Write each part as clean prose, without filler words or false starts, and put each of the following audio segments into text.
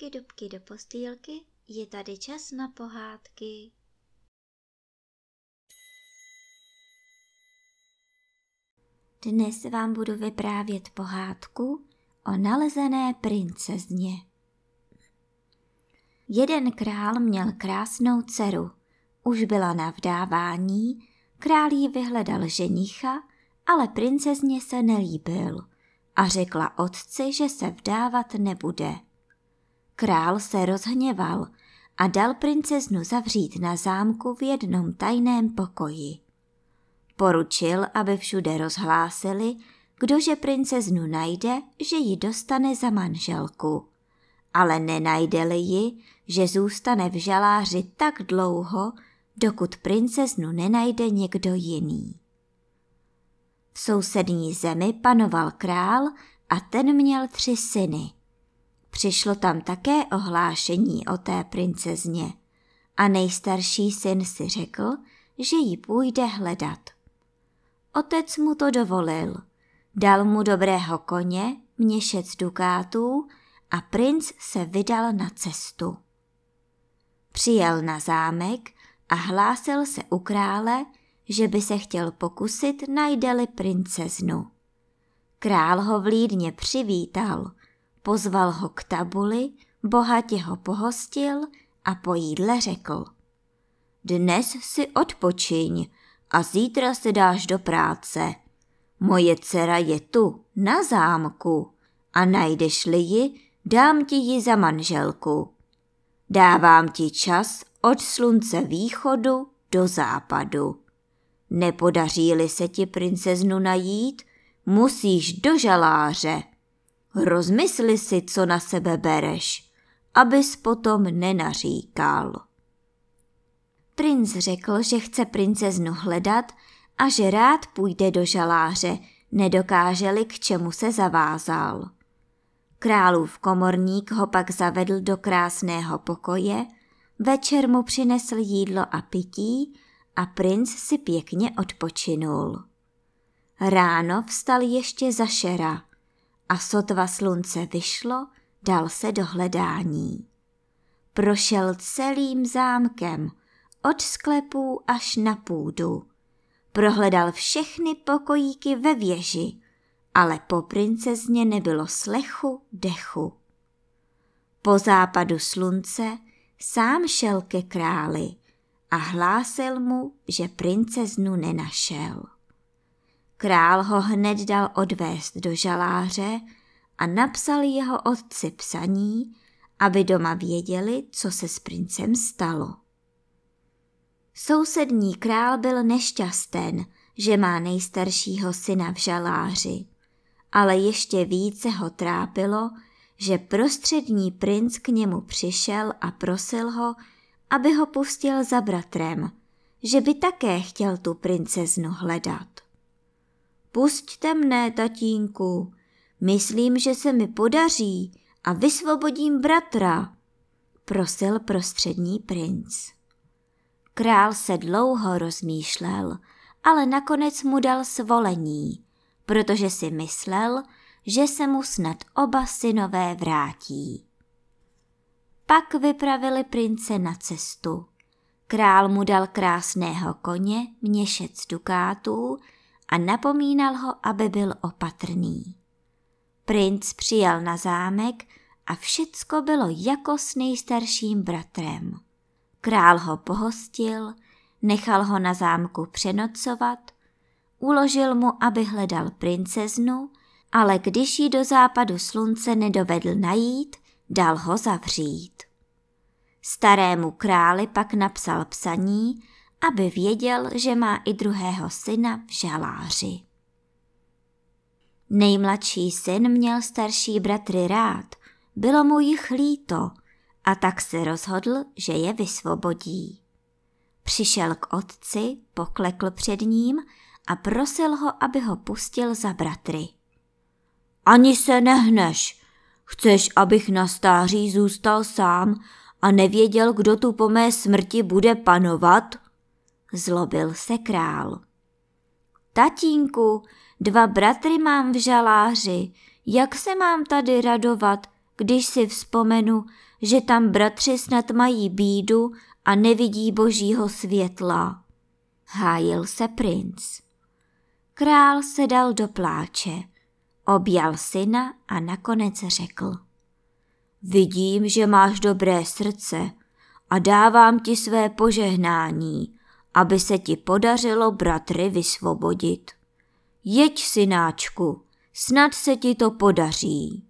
dubky do postýlky, je tady čas na pohádky. Dnes vám budu vyprávět pohádku o nalezené princezně. Jeden král měl krásnou dceru. Už byla na vdávání, král jí vyhledal ženicha, ale princezně se nelíbil a řekla otci, že se vdávat nebude. Král se rozhněval a dal princeznu zavřít na zámku v jednom tajném pokoji. Poručil, aby všude rozhlásili, kdože princeznu najde, že ji dostane za manželku. Ale nenajde-li ji, že zůstane v žaláři tak dlouho, dokud princeznu nenajde někdo jiný. V sousední zemi panoval král a ten měl 3 syny. Přišlo tam také ohlášení o té princezně a nejstarší syn si řekl, že ji půjde hledat. Otec mu to dovolil, dal mu dobrého koně, měšec dukátů a princ se vydal na cestu. Přijel na zámek a hlásil se u krále, že by se chtěl pokusit, najde-li princeznu. Král ho vlídně přivítal, pozval ho k tabuli, bohatě ho pohostil a po jídle řekl: Dnes si odpočiň a zítra se dáš do práce. Moje dcera je tu, na zámku, a najdeš-li ji, dám ti ji za manželku. Dávám ti čas od slunce východu do západu. Nepodaří-li se ti princeznu najít, musíš do žaláře. Rozmysli si, co na sebe bereš, abys potom nenaříkal. Princ řekl, že chce princeznu hledat a že rád půjde do žaláře, nedokáže-li, k čemu se zavázal. Králův komorník ho pak zavedl do krásného pokoje, večer mu přinesl jídlo a pití a princ si pěkně odpočinul. Ráno vstal ještě za šera a sotva slunce vyšlo, dal se do hledání. Prošel celým zámkem, od sklepů až na půdu. Prohledal všechny pokojíky ve věži, ale po princezně nebylo slechu, dechu. Po západu slunce sám šel ke králi a hlásil mu, že princeznu nenašel. Král ho hned dal odvést do žaláře a napsal jeho otci psaní, aby doma věděli, co se s princem stalo. Sousední král byl nešťasten, že má nejstaršího syna v žaláři, ale ještě více ho trápilo, že prostřední princ k němu přišel a prosil ho, aby ho pustil za bratrem, že by také chtěl tu princeznu hledat. Pusťte mne, tatínku, myslím, že se mi podaří a vysvobodím bratra, prosil prostřední princ. Král se dlouho rozmýšlel, ale nakonec mu dal svolení, protože si myslel, že se mu snad oba synové vrátí. Pak vypravili prince na cestu. Král mu dal krásného koně, měšec dukátů a napomínal ho, aby byl opatrný. Princ přijel na zámek a všecko bylo jako s nejstarším bratrem. Král ho pohostil, nechal ho na zámku přenocovat, uložil mu, aby hledal princeznu, ale když ji do západu slunce nedovedl najít, dal ho zavřít. Starému králi pak napsal psaní, aby věděl, že má i druhého syna v žaláři. Nejmladší syn měl starší bratry rád, bylo mu jich líto a tak se rozhodl, že je vysvobodí. Přišel k otci, poklekl před ním a prosil ho, aby ho pustil za bratry. Ani se nehneš, chceš, abych na stáří zůstal sám a nevěděl, kdo tu po mé smrti bude panovat? Zlobil se král. Tatínku, 2 bratry mám v žaláři, jak se mám tady radovat, když si vzpomenu, že tam bratři snad mají bídu a nevidí božího světla. Hájil se princ. Král se dal do pláče, objal syna a nakonec řekl: Vidím, že máš dobré srdce a dávám ti své požehnání, aby se ti podařilo bratry vysvobodit. Jeď, synáčku, snad se ti to podaří.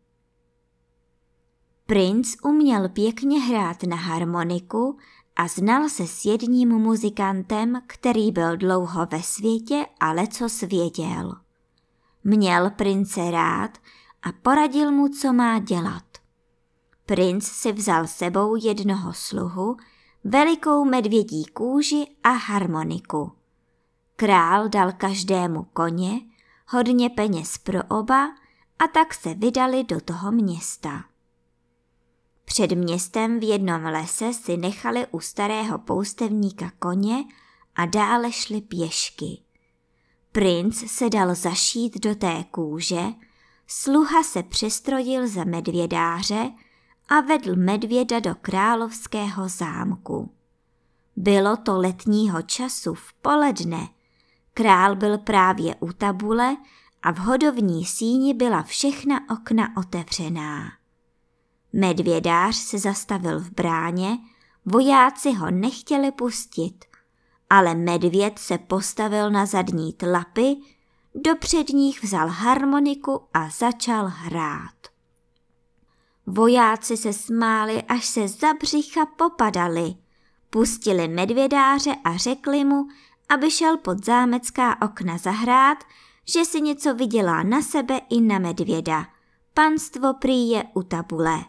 Princ uměl pěkně hrát na harmoniku a znal se s jedním muzikantem, který byl dlouho ve světě a lecos věděl. Měl prince rád a poradil mu, co má dělat. Princ si vzal sebou jednoho sluhu, velikou medvědí kůži a harmoniku. Král dal každému koně, hodně peněz pro oba a tak se vydali do toho města. Před městem v jednom lese si nechali u starého poustevníka koně a dále šli pěšky. Princ se dal zašít do té kůže, sluha se přestrojil za medvědáře a vedl medvěda do královského zámku. Bylo to letního času v poledne. Král byl právě u tabule a v hodovní síni byla všechna okna otevřená. Medvědář se zastavil v bráně, vojáci ho nechtěli pustit, ale medvěd se postavil na zadní tlapy, do předních vzal harmoniku a začal hrát. Vojáci se smáli, až se za břicha popadali. Pustili medvědáře a řekli mu, aby šel pod zámecká okna zahrát, že si něco vydělá na sebe i na medvěda. Panstvo prý je u tabule.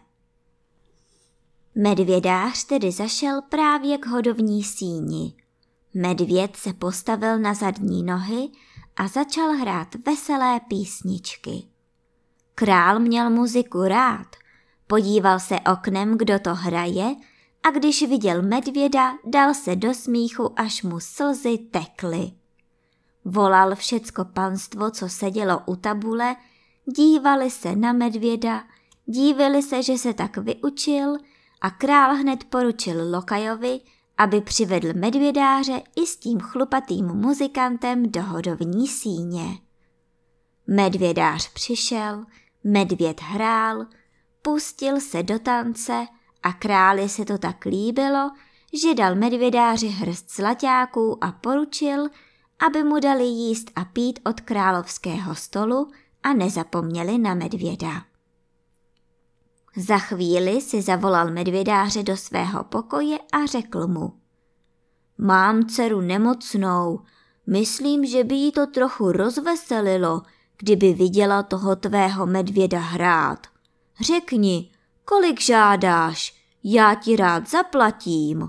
Medvědář tedy zašel právě k hodovní síni. Medvěd se postavil na zadní nohy a začal hrát veselé písničky. Král měl muziku rád, podíval se oknem, kdo to hraje, a když viděl medvěda, dal se do smíchu, až mu slzy tekly. Volal všecko panstvo, co sedělo u tabule, dívali se na medvěda, dívili se, že se tak vyučil, a král hned poručil lokajovi, aby přivedl medvědáře i s tím chlupatým muzikantem do hodovní síně. Medvědář přišel, medvěd hrál, pustil se do tance a králi se to tak líbilo, že dal medvědáři hrst zlaťáků a poručil, aby mu dali jíst a pít od královského stolu a nezapomněli na medvěda. Za chvíli si zavolal medvědáře do svého pokoje a řekl mu: Mám dceru nemocnou, myslím, že by jí to trochu rozveselilo, kdyby viděla toho tvého medvěda hrát. Řekni, kolik žádáš, já ti rád zaplatím.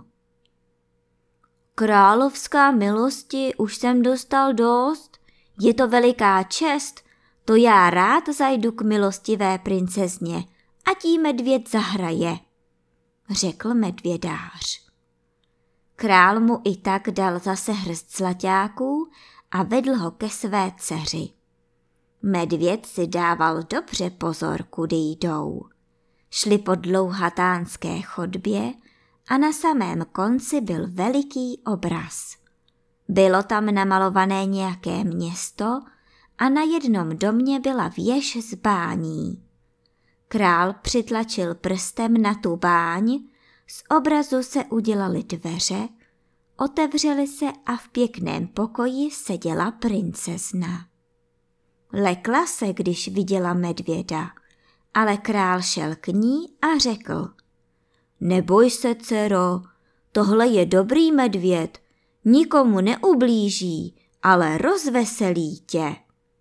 Královská milosti, už jsem dostal dost, je to veliká čest, to já rád zajdu k milostivé princezně, ať jí medvěd zahraje, řekl medvědář. Král mu i tak dal zase hrst zlaťáků a vedl ho ke své dceři. Medvěd si dával dobře pozor, kudy jdou. Šli po dlouhatánské chodbě a na samém konci byl veliký obraz. Bylo tam namalované nějaké město a na jednom domě byla věž z bání. Král přitlačil prstem na tu báň, z obrazu se udělaly dveře, otevřely se a v pěkném pokoji seděla princezna. Lekla se, když viděla medvěda, ale král šel k ní a řekl: Neboj se, dcero, tohle je dobrý medvěd, nikomu neublíží, ale rozveselí tě.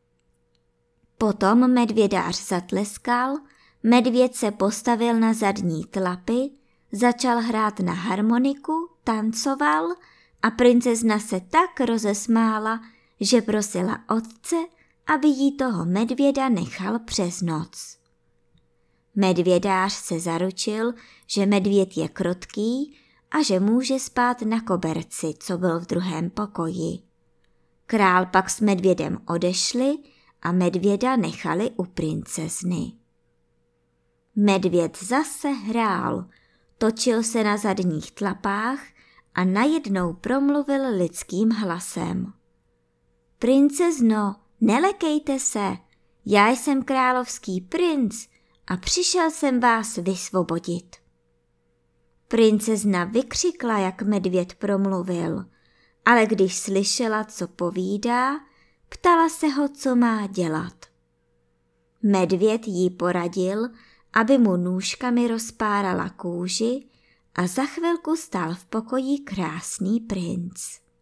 Potom medvědář zatleskal, medvěd se postavil na zadní tlapy, začal hrát na harmoniku, tancoval a princezna se tak rozesmála, že prosila otce, aby jí toho medvěda nechal přes noc. Medvědář se zaručil, že medvěd je krotký a že může spát na koberci, co byl v druhém pokoji. Král pak s medvědem odešli a medvěda nechali u princezny. Medvěd zase hrál, Točil se na zadních tlapách a najednou promluvil lidským hlasem. Princezno, nelekejte se, já jsem královský princ a přišel jsem vás vysvobodit. Princezna vykřikla, jak medvěd promluvil, ale když slyšela, co povídá, ptala se ho, co má dělat. Medvěd jí poradil, aby mu nůžkami rozpárala kůži a za chvilku stál v pokoji krásný princ.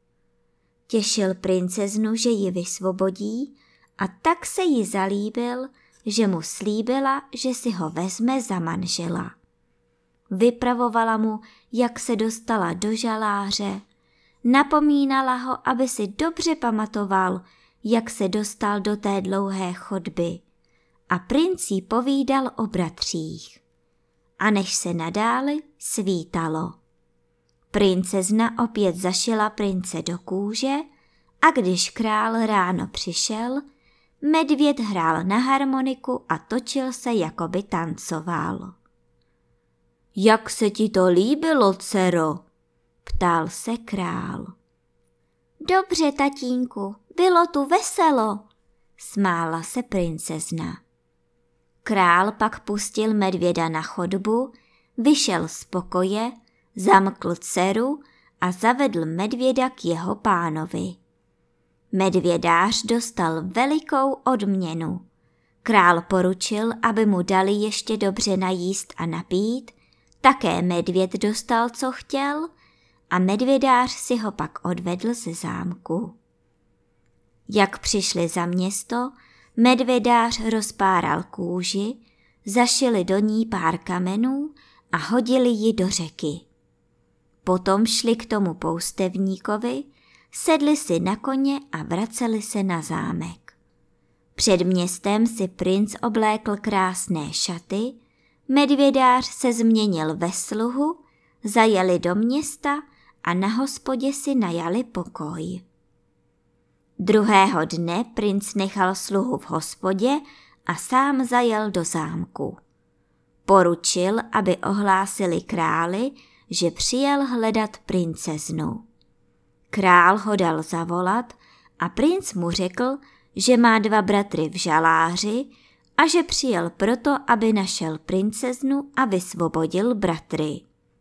Těšil princeznu, že ji vysvobodí, a tak se jí zalíbil, že mu slíbila, že si ho vezme za manžela. Vypravovala mu, jak se dostala do žaláře, napomínala ho, aby si dobře pamatoval, jak se dostal do té dlouhé chodby, a princ jí povídal o bratřích. A než se nadáli, svítalo. Princezna opět zašila prince do kůže a když král ráno přišel, medvěd hrál na harmoniku a točil se, jako by tancoval. Jak se ti to líbilo, dcero? Ptal se král. Dobře, tatínku, bylo tu veselo, smála se princezna. Král pak pustil medvěda na chodbu, vyšel z pokoje, zamkl dceru a zavedl medvěda k jeho pánovi. Medvědář dostal velikou odměnu. Král poručil, aby mu dali ještě dobře najíst a napít, také medvěd dostal, co chtěl, a medvědář si ho pak odvedl ze zámku. Jak přišli za město, medvědář rozpáral kůži, zašili do ní pár kamenů a hodili ji do řeky. Potom šli k tomu poustevníkovi, sedli si na koně a vraceli se na zámek. Před městem si princ oblékl krásné šaty, medvědář se změnil ve sluhu, zajeli do města a na hospodě si najali pokoj. Druhého dne princ nechal sluhu v hospodě a sám zajel do zámku. Poručil, aby ohlásili králi, že přijel hledat princeznu. Král ho dal zavolat a princ mu řekl, že má 2 bratry v žaláři a že přijel proto, aby našel princeznu a vysvobodil bratry.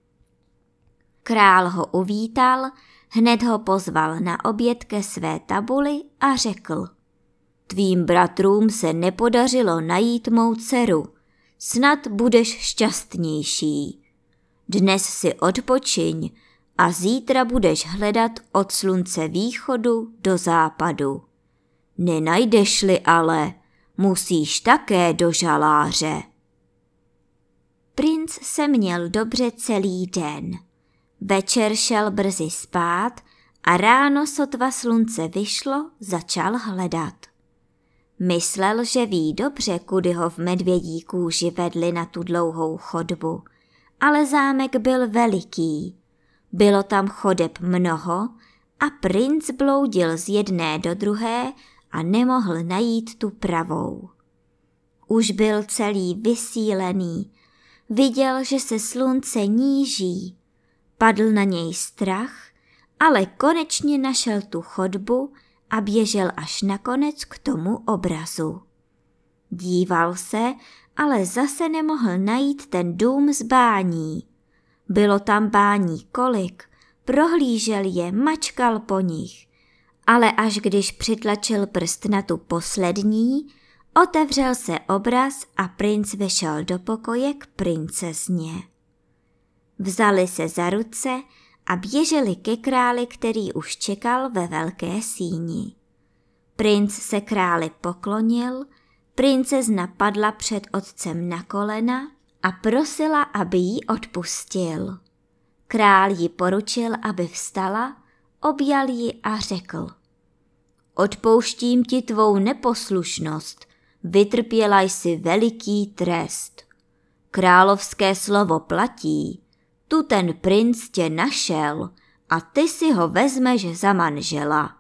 Král ho uvítal, hned ho pozval na oběd ke své tabuli a řekl: Tvým bratrům se nepodařilo najít mou dceru, snad budeš šťastnější. Dnes si odpočiň a zítra budeš hledat od slunce východu do západu. Nenajdeš-li ale, musíš také do žaláře. Princ se měl dobře celý den. Večer šel brzy spát a ráno, sotva slunce vyšlo, začal hledat. Myslel, že ví dobře, kudy ho v medvědí kůži vedli na tu dlouhou chodbu, ale zámek byl veliký. Bylo tam chodeb mnoho a princ bloudil z jedné do druhé a nemohl najít tu pravou. Už byl celý vysílený, viděl, že se slunce níží, padl na něj strach, ale konečně našel tu chodbu a běžel až nakonec k tomu obrazu. Díval se, ale zase nemohl najít ten dům z bání. Bylo tam bání kolik, prohlížel je, mačkal po nich, ale až když přitlačil prst na tu poslední, otevřel se obraz a princ vešel do pokoje k princezně. Vzali se za ruce a běželi ke králi, který už čekal ve velké síni. Princ se králi poklonil, princezna padla před otcem na kolena a prosila, aby jí odpustil. Král jí poručil, aby vstala, objal ji a řekl: Odpouštím ti tvou neposlušnost, vytrpěla jsi veliký trest. Královské slovo platí, tu ten princ tě našel a ty si ho vezmeš za manžela.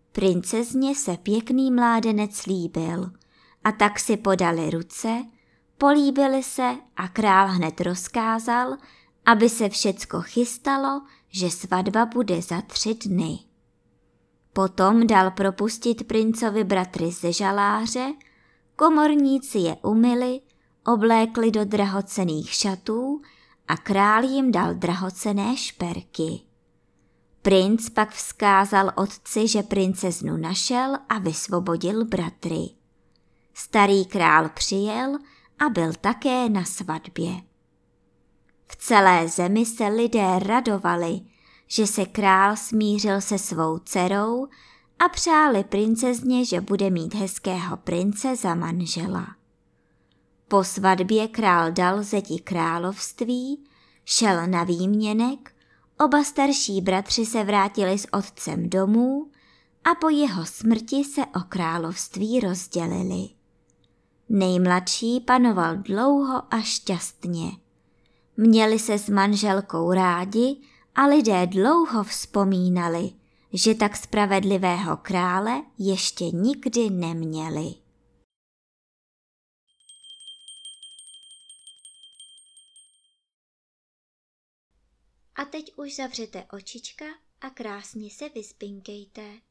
Princezně se pěkný mládenec líbil a tak si podali ruce, Políbili se a král hned rozkázal, aby se všecko chystalo, že svatba bude za 3 dny. Potom dal propustit princovi bratry ze žaláře, komorníci je umyli, oblékli do drahocenných šatů a král jim dal drahocenné šperky. Princ pak vzkázal otci, že princeznu našel a vysvobodil bratry. Starý král přijel a byl také na svatbě. V celé zemi se lidé radovali, že se král smířil se svou dcerou a přáli princezně, že bude mít hezkého prince za manžela. Po svatbě král dal zeti království, šel na výměnek, oba starší bratři se vrátili s otcem domů a po jeho smrti se o království rozdělili. Nejmladší panoval dlouho a šťastně. Měli se s manželkou rádi a lidé dlouho vzpomínali, že tak spravedlivého krále ještě nikdy neměli. A teď už zavřete očička a krásně se vyspinkejte.